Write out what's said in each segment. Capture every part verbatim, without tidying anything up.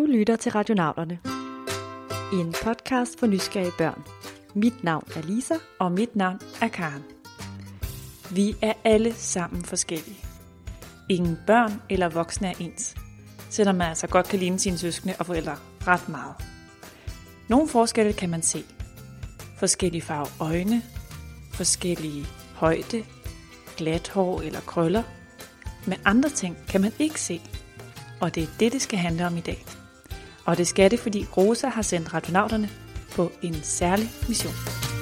lytter til Radionauterne. En podcast for nysgerrige børn. Mit navn er Lisa. Og mit navn er Karen. Vi er alle sammen forskellige. Ingen børn eller voksne er ens, selvom man altså godt kan ligne sine søskende og forældre ret meget. Nogle forskelle kan man se. Forskellige farve øjne, forskellige højde, glat hår eller krøller. Men andre ting kan man ikke se. Og det er det, det skal handle om i dag. Og det skal det, fordi Rosa har sendt Radionauterne på en særlig mission.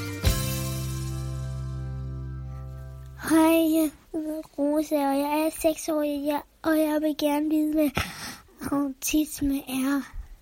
Hej, jeg hedder Rosa, og jeg er seks år, og jeg vil gerne vide, hvad autisme er.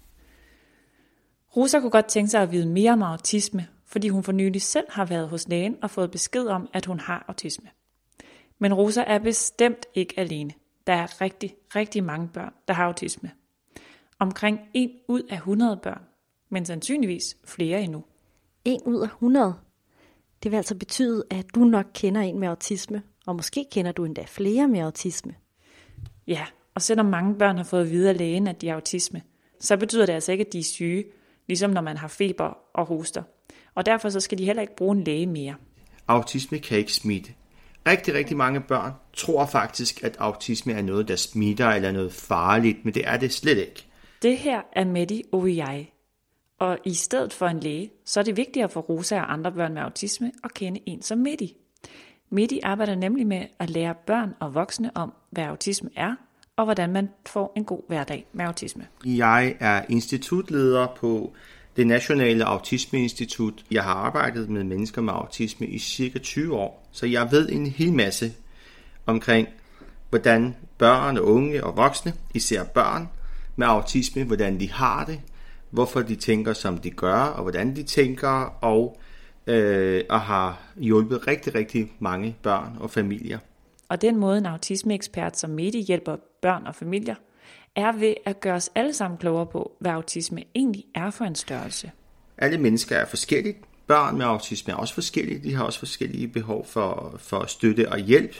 Rosa kunne godt tænke sig at vide mere om autisme, fordi hun for nylig selv har været hos lægen og fået besked om, at hun har autisme. Men Rosa er bestemt ikke alene. Der er rigtig, rigtig mange børn, der har autisme. Omkring en ud af hundrede børn, men sandsynligvis flere endnu. En ud af hundrede. Det vil altså betyde, at du nok kender en med autisme, og måske kender du endda flere med autisme. Ja, og selvom mange børn har fået at vide af lægen, at de har autisme, så betyder det altså ikke, at de er syge, ligesom når man har feber og hoster. Og derfor så skal de heller ikke bruge en læge mere. Autisme kan ikke smitte. Rigtig, rigtig mange børn tror faktisk, at autisme er noget, der smitter eller noget farligt, men det er det slet ikke. Det her er Mehdi Ovijai. Og i stedet for en læge, så er det vigtigere for Rosa og andre børn med autisme at kende en som Mehdi. Mehdi arbejder nemlig med at lære børn og voksne om, hvad autisme er, og hvordan man får en god hverdag med autisme. Jeg er institutleder på det Nationale Autismeinstitut. Jeg har arbejdet med mennesker med autisme i cirka tyve år, så jeg ved en hel masse omkring, hvordan børn og unge og voksne, især børn med autisme, hvordan de har det, hvorfor de tænker, som de gør, og hvordan de tænker, og, øh, og har hjulpet rigtig, rigtig mange børn og familier. Og den måde, en autismeekspert som Mehdi hjælper børn og familier, er ved at gøre os alle sammen klogere på, hvad autisme egentlig er for en størrelse. Alle mennesker er forskellige. Børn med autisme er også forskellige. De har også forskellige behov for, for støtte og hjælp.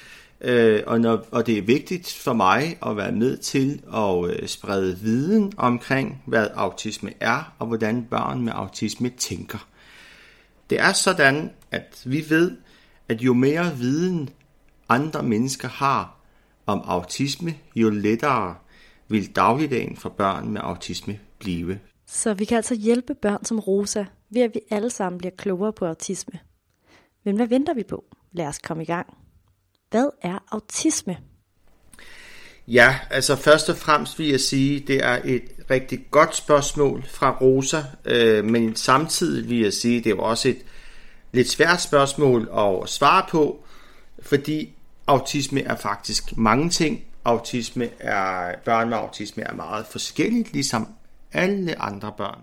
Øh, og, når, og det er vigtigt for mig at være med til at øh, sprede viden omkring, hvad autisme er, og hvordan børn med autisme tænker. Det er sådan, at vi ved, at jo mere viden andre mennesker har om autisme, jo lettere vil dagligdagen for børn med autisme blive. Så vi kan altså hjælpe børn som Rosa, ved at vi alle sammen bliver klogere på autisme. Men hvad venter vi på? Lad os komme i gang. Hvad er autisme? Ja, altså først og fremmest vil jeg sige, det er et rigtig godt spørgsmål fra Rosa, øh, men samtidig vil jeg sige, det er også et lidt svært spørgsmål at svare på, fordi autisme er faktisk mange ting. Autisme er, børn med autisme er meget forskelligt, ligesom alle andre børn.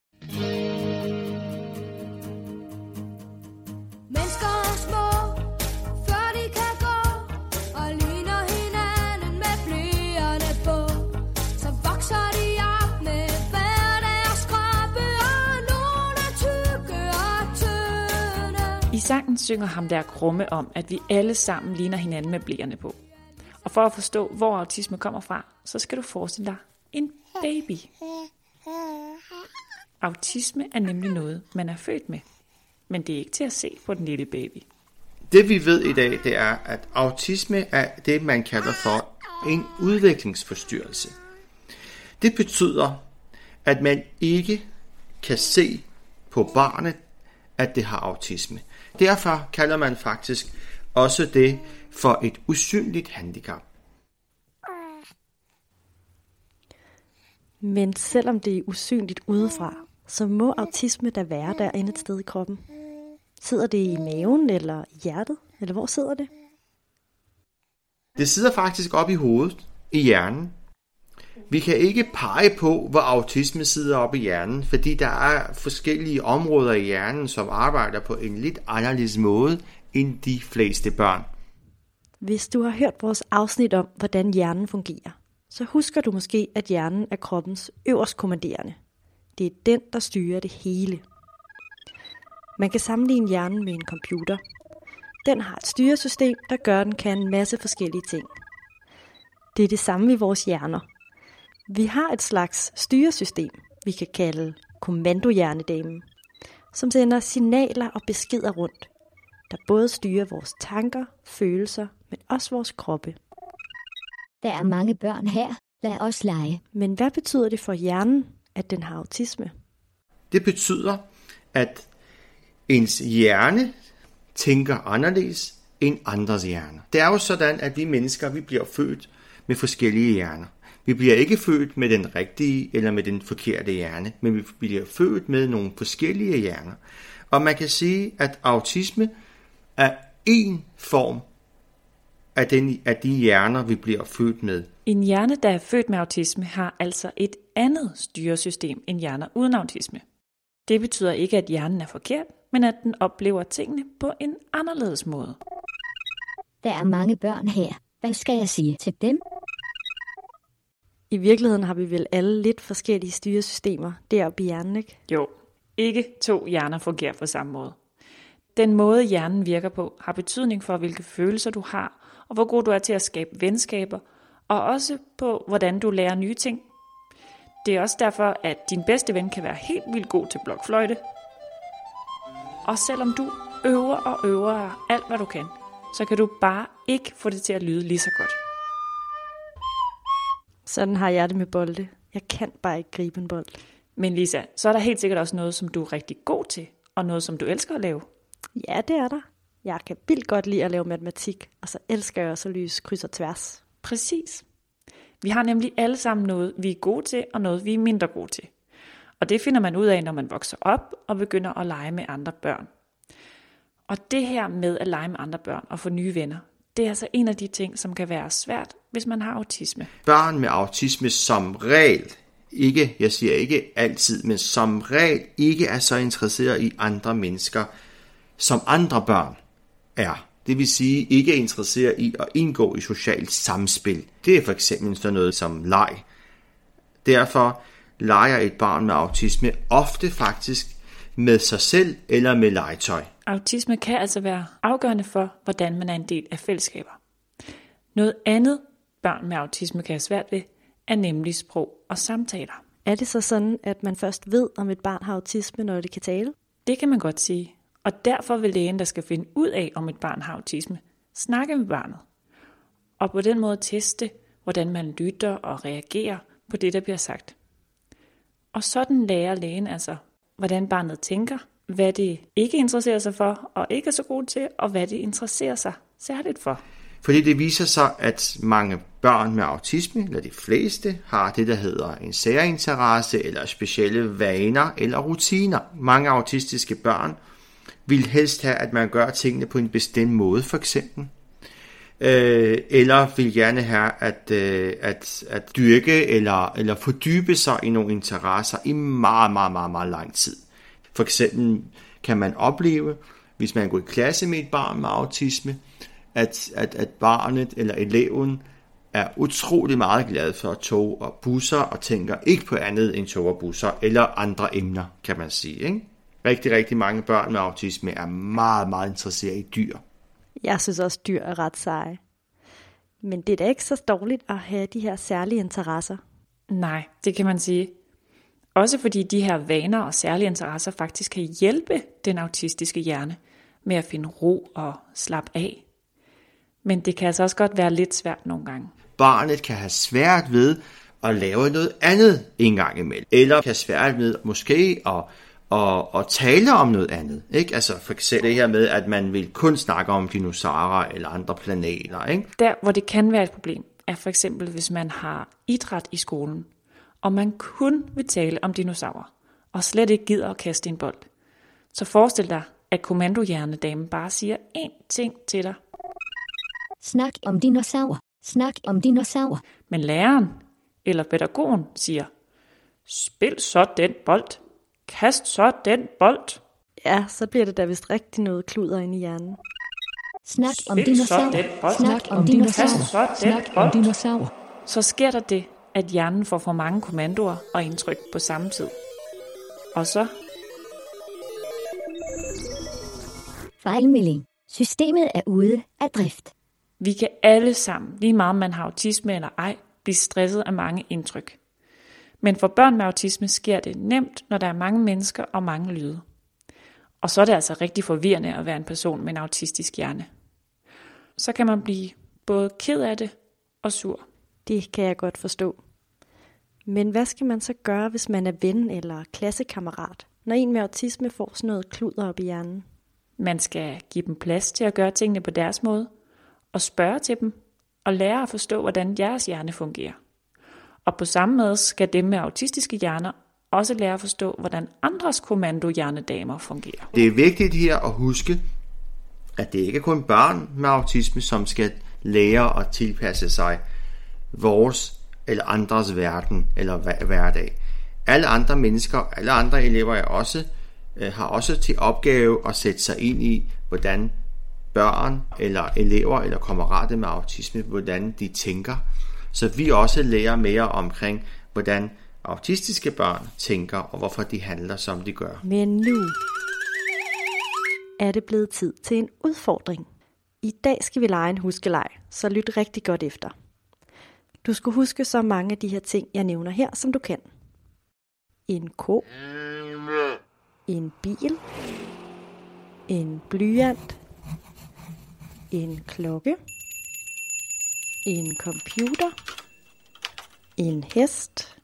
Mennesker er små, før de kan gå, og ligner hinanden med blyerne på. Så vokser de op med hver deres kroppe, og nogle er tykke og tynde. I sangen synger ham der Krumme om, at vi alle sammen ligner hinanden med blyerne på. Og for at forstå, hvor autisme kommer fra, så skal du forestille dig en baby. Autisme er nemlig noget, man er født med. Men det er ikke til at se på den lille baby. Det vi ved i dag, det er, at autisme er det, man kalder for en udviklingsforstyrrelse. Det betyder, at man ikke kan se på barnet, at det har autisme. Derfor kalder man faktisk også det for et usynligt handicap. Men selvom det er usynligt udefra, så må autisme da være derinde et sted i kroppen. Sidder det i maven eller i hjertet? Eller hvor sidder det? Det sidder faktisk op i hovedet, i hjernen. Vi kan ikke pege på, hvor autisme sidder op i hjernen, fordi der er forskellige områder i hjernen, som arbejder på en lidt anderledes måde end de fleste børn. Hvis du har hørt vores afsnit om, hvordan hjernen fungerer, så husker du måske, at hjernen er kroppens øverstkommanderende. Det er den, der styrer det hele. Man kan sammenligne hjernen med en computer. Den har et styresystem, der gør, at den kan en masse forskellige ting. Det er det samme i vores hjerner. Vi har et slags styresystem, vi kan kalde kommandohjernedamen, som sender signaler og beskeder rundt, der både styrer vores tanker, følelser, men også vores kroppe. Der er mange børn her. Lad os lege. Men hvad betyder det for hjernen, at den har autisme? Det betyder, at ens hjerne tænker anderledes end andres hjerner. Det er jo sådan, at vi mennesker vi bliver født med forskellige hjerner. Vi bliver ikke født med den rigtige eller med den forkerte hjerne, men vi bliver født med nogle forskellige hjerner. Og man kan sige, at autisme er en form af, den, af de hjerner, vi bliver født med. En hjerne, der er født med autisme, har altså et andet styresystem end hjerner uden autisme. Det betyder ikke, at hjernen er forkert, men at den oplever tingene på en anderledes måde. Der er mange børn her. Hvad skal jeg sige til dem? I virkeligheden har vi vel alle lidt forskellige styresystemer deroppe i hjernen, ikke? Jo, ikke to hjerner fungerer på samme måde. Den måde hjernen virker på har betydning for, hvilke følelser du har, og hvor god du er til at skabe venskaber, og også på, hvordan du lærer nye ting. Det er også derfor, at din bedste ven kan være helt vildt god til blokfløjte. Og selvom du øver og øver alt, hvad du kan, så kan du bare ikke få det til at lyde lige så godt. Sådan har jeg det med bolde. Jeg kan bare ikke gribe en bold. Men Lisa, så er der helt sikkert også noget, som du er rigtig god til, og noget, som du elsker at lave. Ja, det er der. Jeg kan vildt godt lide at lave matematik, og så elsker jeg også at lyse kryds og tværs. Præcis. Vi har nemlig alle sammen noget, vi er gode til, og noget, vi er mindre gode til. Og det finder man ud af, når man vokser op og begynder at lege med andre børn. Og det her med at lege med andre børn og få nye venner, det er altså en af de ting, som kan være svært, hvis man har autisme. Børn med autisme som regel, ikke, jeg siger ikke altid, men som regel ikke er så interesseret i andre mennesker, som andre børn er. Det vil sige, ikke er interesseret i at indgå i socialt samspil. Det er for eksempel sådan noget som leg. Derfor leger et barn med autisme ofte faktisk med sig selv eller med legetøj. Autisme kan altså være afgørende for, hvordan man er en del af fællesskaber. Noget andet børn med autisme kan have svært ved, er nemlig sprog og samtaler. Er det så sådan, at man først ved, om et barn har autisme, når det kan tale? Det kan man godt sige. Og derfor vil lægen, der skal finde ud af, om et barn har autisme, snakke med barnet. Og på den måde teste, hvordan man lytter og reagerer på det, der bliver sagt. Og sådan lærer lægen altså, hvordan barnet tænker, hvad det ikke interesserer sig for, og ikke er så god til, og hvad det interesserer sig særligt for. Fordi det viser sig, at mange børn med autisme, eller de fleste, har det, der hedder en særinteresse, eller specielle vaner eller rutiner. Mange autistiske børn vil helst have, at man gør tingene på en bestemt måde, for eksempel. Øh, eller vil gerne have at, øh, at, at dyrke eller, eller fordybe sig i nogle interesser i meget, meget, meget, meget lang tid. For eksempel kan man opleve, hvis man går i klasse med et barn med autisme, at, at, at barnet eller eleven er utrolig meget glad for tog og busser, og tænker ikke på andet end tog og busser, eller andre emner, kan man sige, ikke? Rigtig, rigtig mange børn med autisme er meget, meget interesseret i dyr. Jeg synes også, dyr er ret seje. Men det er da ikke så dårligt at have de her særlige interesser. Nej, det kan man sige. Også fordi de her vaner og særlige interesser faktisk kan hjælpe den autistiske hjerne med at finde ro og slappe af. Men det kan altså også godt være lidt svært nogle gange. Barnet kan have svært ved at lave noget andet en gang imellem. Eller kan have svært ved måske at, at, at tale om noget andet. Ikke? Altså for eksempel det her med, at man vil kun snakke om dinosaurer eller andre planeter. Ikke? Der, hvor det kan være et problem, er for eksempel, hvis man har idræt i skolen, og man kun vil tale om dinosaurer, og slet ikke gider at kaste en bold. Så forestil dig, at kommandohjernedamen bare siger én ting til dig. Snak om dinosaurer. Snak om dinosaurer. Men læreren eller pædagogen siger, spil så den bold. Kast så den bold. Ja, så bliver det da vist rigtig noget kluder inde i hjernen. Snak om Spil så den dinosaurer. bold. Snak om Kast dinosaurer. så den Snak om bold. dinosaurer. Så sker der det, at hjernen får for mange kommandoer og indtryk på samme tid. Og så Fejlmelding. Systemet er ude af drift. vi kan alle sammen, lige meget om man har autisme eller ej, blive stresset af mange indtryk. Men for børn med autisme sker det nemt, når der er mange mennesker og mange lyde. Og så er det altså rigtig forvirrende at være en person med en autistisk hjerne. Så kan man blive både ked af det og sur. Det kan jeg godt forstå. Men hvad skal man så gøre, hvis man er ven eller klassekammerat, når en med autisme får sådan noget kluder op i hjernen? Man skal give dem plads til at gøre tingene på deres måde, og spørge til dem, og lære at forstå, hvordan deres hjerne fungerer. Og på samme måde skal dem med autistiske hjerner også lære at forstå, hvordan andres kommandohjernedamer fungerer. Det er vigtigt her at huske, at det ikke er kun børn med autisme, som skal lære at tilpasse sig vores eller andres verden eller hverdag. Alle andre mennesker, alle andre elever er også, øh, har også til opgave at sætte sig ind i, hvordan børn eller elever eller kammerater med autisme, hvordan de tænker. Så vi også lærer mere omkring, hvordan autistiske børn tænker, og hvorfor de handler, som de gør. Men nu er det blevet tid til en udfordring. I dag skal vi lege en huskeleg, så lyt rigtig godt efter. Du skal huske så mange af de her ting, jeg nævner her, som du kan. En ko, en bil, en blyant, en klokke, en computer, en hest,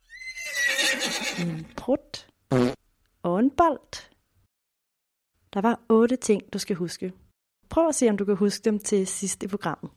en prut og en bold. Der var otte ting, du skal huske. Prøv at se, om du kan huske dem til sidst i programmet.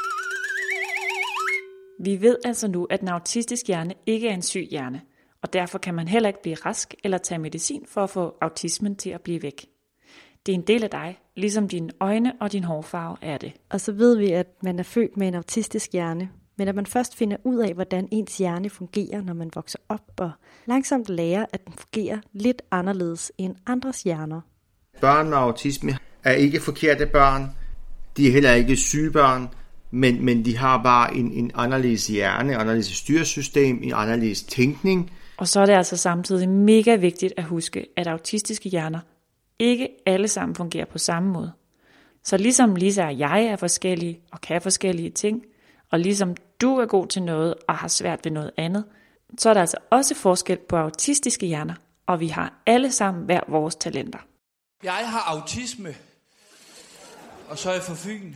Vi ved altså nu, at en autistisk hjerne ikke er en syg hjerne, og derfor kan man heller ikke blive rask eller tage medicin for at få autismen til at blive væk. Det er en del af dig, ligesom dine øjne og din hårfarve er det. Og så ved vi, at man er født med en autistisk hjerne, men at man først finder ud af, hvordan ens hjerne fungerer, når man vokser op, og langsomt lærer, at den fungerer lidt anderledes end andres hjerner. Børn med autisme er ikke forkerte børn. De er heller ikke syge børn, men, men de har bare en, en anderledes hjerne, en anderledes styresystem, en anderledes tænkning. Og så er det altså samtidig mega vigtigt at huske, at autistiske hjerner ikke alle sammen fungerer på samme måde. Så ligesom Lisa og jeg er forskellige og kan forskellige ting, og ligesom du er god til noget og har svært ved noget andet, så er der altså også forskel på autistiske hjerner, og vi har alle sammen hver vores talenter. Jeg har autisme, og så er jeg fra Fyn.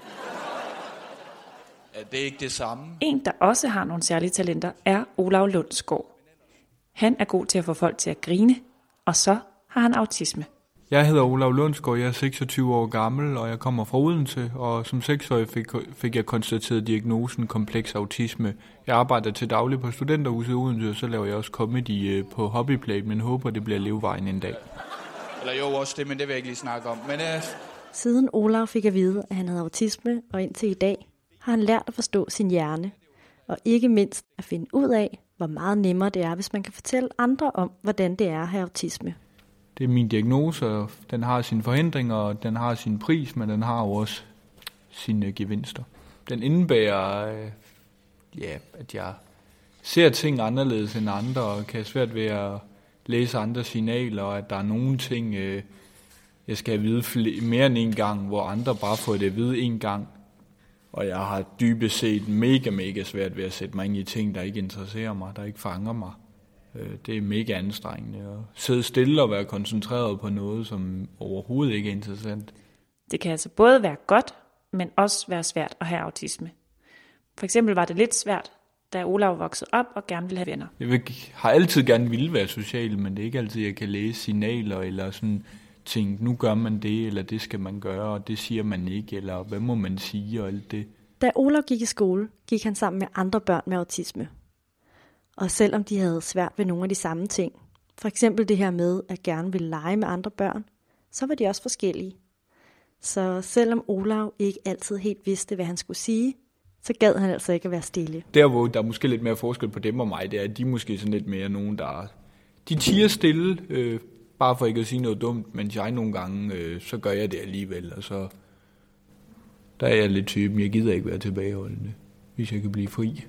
Ja, det er ikke det samme. En, der også har nogle særlige talenter, er Olav Lundsgaard. Han er god til at få folk til at grine, og så har han autisme. Jeg hedder Olav Lundsgaard, jeg er seksogtyve år gammel, og jeg kommer fra Odense, og som seksårig fik, fik jeg konstateret diagnosen kompleks autisme. Jeg arbejder til daglig på Studenterhuset i Odense, og så laver jeg også comedy på Hobbyplay, men håber, det bliver levevejen en dag. Eller jo, også det, men det vil jeg ikke lige snakke om. Men, uh... Siden Olav fik at vide, at han havde autisme, og indtil i dag, har han lært at forstå sin hjerne, og ikke mindst at finde ud af, hvor meget nemmere det er, hvis man kan fortælle andre om, hvordan det er at have autisme. Det er min diagnose, og den har sine forhindringer, og den har sin pris, men den har jo også sine gevinster. Den indebærer, øh, ja, at jeg ser ting anderledes end andre, og kan have svært ved at læse andre signaler, og at der er nogle ting, øh, jeg skal have vide flere, mere end en gang, hvor andre bare får det at vide en gang. Og jeg har dybest set mega, mega svært ved at sætte mig ind i ting, der ikke interesserer mig, der ikke fanger mig. Det er mega anstrengende at sidde stille og være koncentreret på noget, som overhovedet ikke er interessant. Det kan altså både være godt, men også være svært at have autisme. For eksempel var det lidt svært, da Olav voksede op og gerne ville have venner. Jeg vil, har altid gerne ville være social, men det er ikke altid, jeg kan læse signaler eller sådan tænke, nu gør man det, eller det skal man gøre, og det siger man ikke, eller hvad må man sige, og alt det. Da Olav gik i skole, gik han sammen med andre børn med autisme. Og selvom de havde svært ved nogle af de samme ting, for eksempel det her med at gerne ville lege med andre børn, så var de også forskellige. Så selvom Olav ikke altid helt vidste, hvad han skulle sige, så gad han altså ikke at være stille. Der hvor der er måske lidt mere forskel på dem og mig, det er, at de måske sådan lidt mere nogen, der de tiger stille, øh, bare for ikke at sige noget dumt, mens jeg nogle gange, øh, så gør jeg det alligevel, og så der er jeg lidt typen, jeg gider ikke være tilbageholdende, hvis jeg kan blive fri.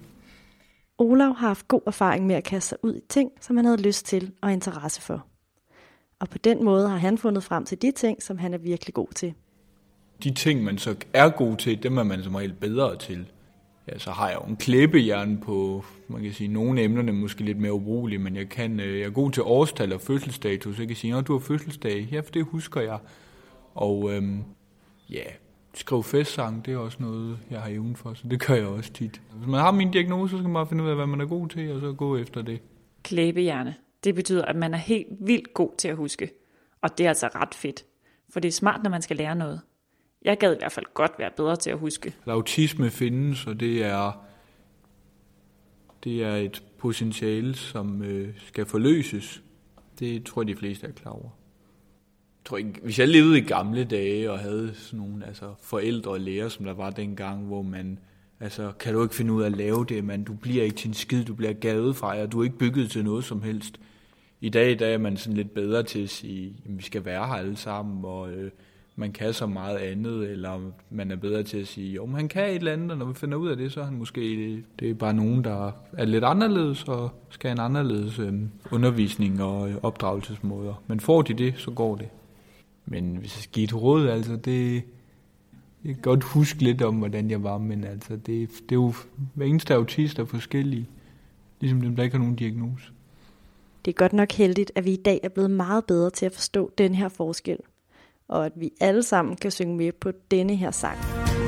Olav har haft god erfaring med at kaste sig ud i ting, som han havde lyst til og interesse for. Og på den måde har han fundet frem til de ting, som han er virkelig god til. De ting, man så er god til, dem er man som regel bedre til. ja, så har jeg jo en klæbehjerne på, man kan sige, nogle emnerne måske lidt mere ubrugelige, men jeg, kan, jeg er god til årstal og fødselsdato, så jeg kan sige, når du har fødselsdag, ja, for det husker jeg. Og øhm, ja, skrive festsang, det er også noget, jeg har evnen for, så det gør jeg også tit. Hvis man har min diagnose, så skal man bare finde ud af, hvad man er god til, og så gå efter det. Klæbehjerne, det betyder, at man er helt vildt god til at huske. Og det er altså ret fedt, for det er smart, når man skal lære noget. Jeg gad i hvert fald godt være bedre til at huske. Autisme findes, og det er, det er et potentiale, som øh, skal forløses. Det tror jeg, de fleste er klar over. Jeg tror ikke, hvis jeg levede i gamle dage og havde sådan nogle altså, forældre og lærer, som der var dengang, hvor man, altså, kan du ikke finde ud af at lave det, man, du bliver ikke til en skid, du bliver gavet fra jer, du er ikke bygget til noget som helst. I dag, i dag er man sådan lidt bedre til at sige, at vi skal være her alle sammen, og øh, man kan så meget andet, eller man er bedre til at sige, jo, han kan et eller andet, og når vi finder ud af det, så er han måske, det er bare nogen, der er lidt anderledes, og skal have en anderledes øh, undervisning og øh, opdragelsesmåder. Men får de det, så går det. Men hvis jeg skal give et råd, altså det, jeg kan godt huske lidt om, hvordan jeg var, men altså det, det er jo, hver eneste autist er forskellige, ligesom dem, der ikke har nogen diagnose. Det er godt nok heldigt, at vi i dag er blevet meget bedre til at forstå den her forskel, og at vi alle sammen kan synge med på denne her sang.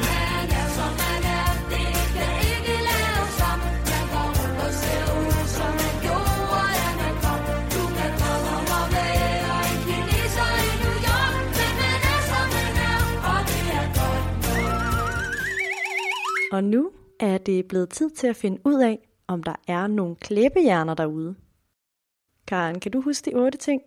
Og nu er det blevet tid til at finde ud af, om der er nogle klæbehjerner derude. Karen, kan du huske de otte ting?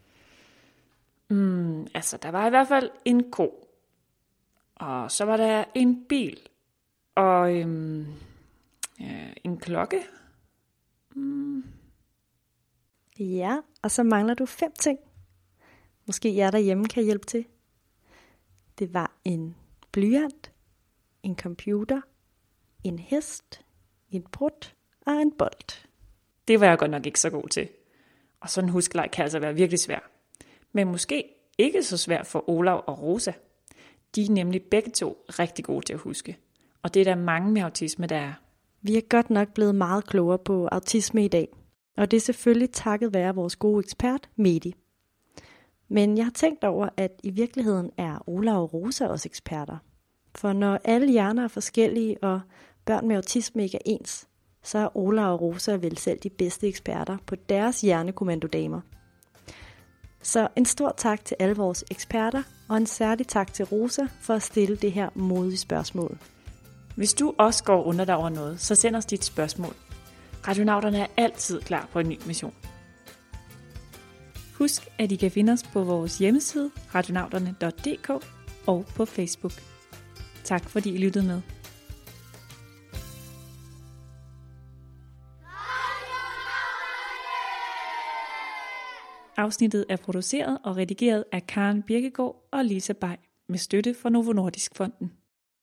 Mm, altså, der var i hvert fald en ko. Og så var der en bil. Og øhm, ja, en klokke. Mm. Ja, og så mangler du fem ting. Måske jer derhjemme kan hjælpe til. Det var en blyant, en computer, en hest, en brud og en bold. Det var jeg godt nok ikke så god til. Og sådan en huskeleg kan altså være virkelig svær. Men måske ikke så svært for Olav og Rosa. De er nemlig begge to rigtig gode til at huske. Og det er der mange med autisme, der er. Vi er godt nok blevet meget klogere på autisme i dag. Og det er selvfølgelig takket være vores gode ekspert, Medi. Men jeg har tænkt over, at i virkeligheden er Olav og Rosa også eksperter. For når alle hjerner er forskellige, og børn med autisme ikke er ens, så er Olav og Rosa vel selv de bedste eksperter på deres hjernekommandodamer. Så en stor tak til alle vores eksperter, og en særlig tak til Rosa for at stille det her modige spørgsmål. Hvis du også går under dig over noget, så send os dit spørgsmål. Radionauterne er altid klar på en ny mission. Husk, at I kan finde os på vores hjemmeside radionauterne punktum d k og på Facebook. Tak fordi I lyttede med. Afsnittet er produceret og redigeret af Karen Birkegaard og Lisa Bay med støtte fra Novo Nordisk Fonden.